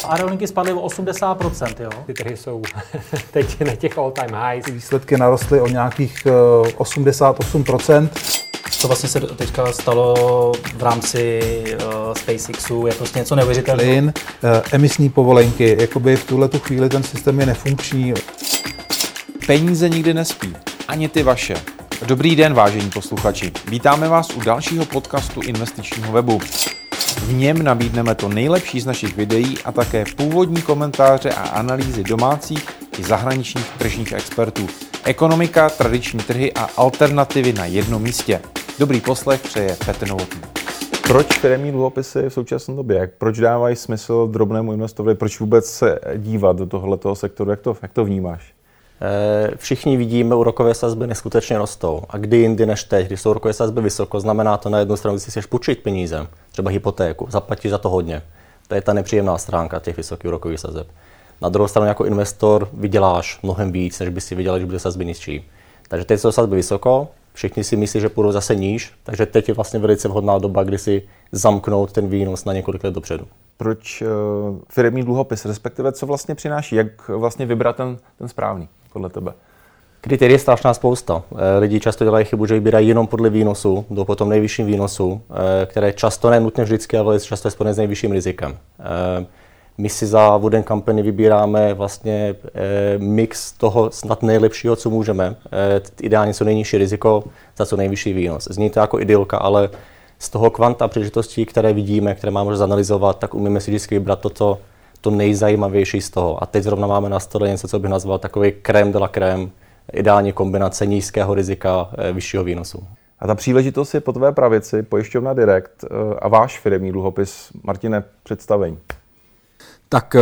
Aerolinky spadly o 80%, jo. Ty trhy jsou teď na těch all-time highs. Výsledky narostly o nějakých 88%. Co vlastně se teďka stalo v rámci SpaceXu, je prostě něco neuvěřitelného. Emisní povolenky, jakoby v tuhletu chvíli ten systém je nefunkční. Peníze nikdy nespí, ani ty vaše. Dobrý den, vážení posluchači. Vítáme vás u dalšího podcastu investičního webu. V něm nabídneme to nejlepší z našich videí a také původní komentáře a analýzy domácích i zahraničních tržních expertů. Ekonomika, tradiční trhy a alternativy na jednom místě. Dobrý poslech přeje Petr Novotný. Proč firemní dluhopisy v současné době? Proč dávají smysl drobnému investorovi? Proč vůbec se dívat do tohoto sektoru? Jak to vnímáš? Všichni vidíme, úrokové sazby neskutečně rostou. A kdy jindy než teď, když jsou úrokové sazby vysoko, znamená to na jednu stranu, když si chceš půjčit peníze, třeba hypotéku, zaplatíš za to hodně. To je ta nepříjemná stránka těch vysokých úrokových sazeb. Na druhou stranu jako investor vyděláš mnohem víc, než by si vydělal, když bude sazby nižší. Takže teď jsou sazby vysoko, všichni si myslí, že půjdou zase níž, takže teď je vlastně velice vhodná doba, kdy si zamknout ten výnos na několik let dopředu. Proč firemní dluhopis, respektive co vlastně přináší, jak vlastně vybrat ten správný podle tebe? Kritérií je strašná spousta. Lidi často dělají chybu, že vybírají jenom podle výnosu, do potom nejvyšším výnosu, které často ne nutně vždycky, ale často je spojené s nejvyšším rizikem. My si za Wood & Company vybíráme vlastně mix toho snad nejlepšího, co můžeme. Ideálně co nejnižší riziko, za co nejvyšší výnos. Zní to jako idylka, ale z toho kvanta příležitostí, které vidíme, které máme zanalyzovat, tak umíme si vždycky vybrat to nejzajímavější z toho. A teď zrovna máme na stole něco, co bych nazval takový crème de la crème, ideální kombinace nízkého rizika, vyššího výnosu. A ta příležitost je po tvé pravici, pojišťovna Direct a váš firemní dluhopis. Martine, představení. Tak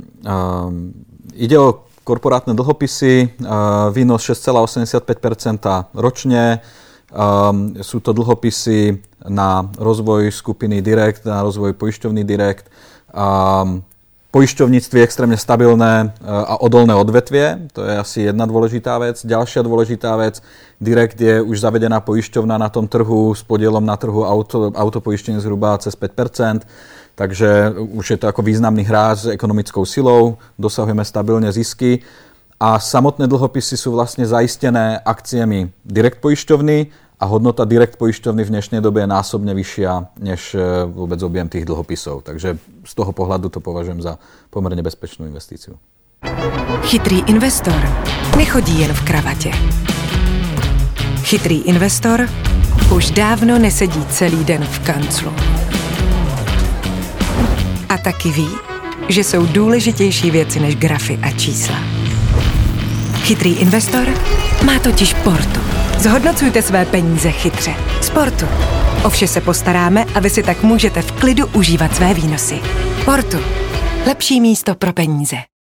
ide o korporátne dlhopisy, výnos 6,85% ročne. Sú to dlhopisy na rozvoj skupiny Direct, na rozvoj pojišťovny Direct. Pojišťovníctví je extrémne stabilné a odolné odvetvie, to je asi jedna dôležitá vec. Ďalšia dôležitá vec, Direct je už zavedená pojišťovna na tom trhu s podielom na trhu autopojištenie zhruba cez 5%, takže už je to ako významný hráč s ekonomickou silou, dosahujeme stabilne zisky a samotné dlhopisy sú vlastne zaistené akciami Direct pojišťovny a hodnota Direct pojišťovny v dnešnej dobe je násobne vyššia než vôbec objem tých dlhopisov. Takže z toho pohľadu to považujem za pomerne bezpečnú investíciu. Chytrý investor nechodí jen v kravatě. Chytrý investor už dávno nesedí celý den v kanclu. A taky ví, že jsou důležitější věci než grafy a čísla. Chytrý investor má totiž Portu. Zhodnocujte své peníze chytře. Sportu. O vše se postaráme a vy si tak můžete v klidu užívat své výnosy. Portu. Lepší místo pro peníze.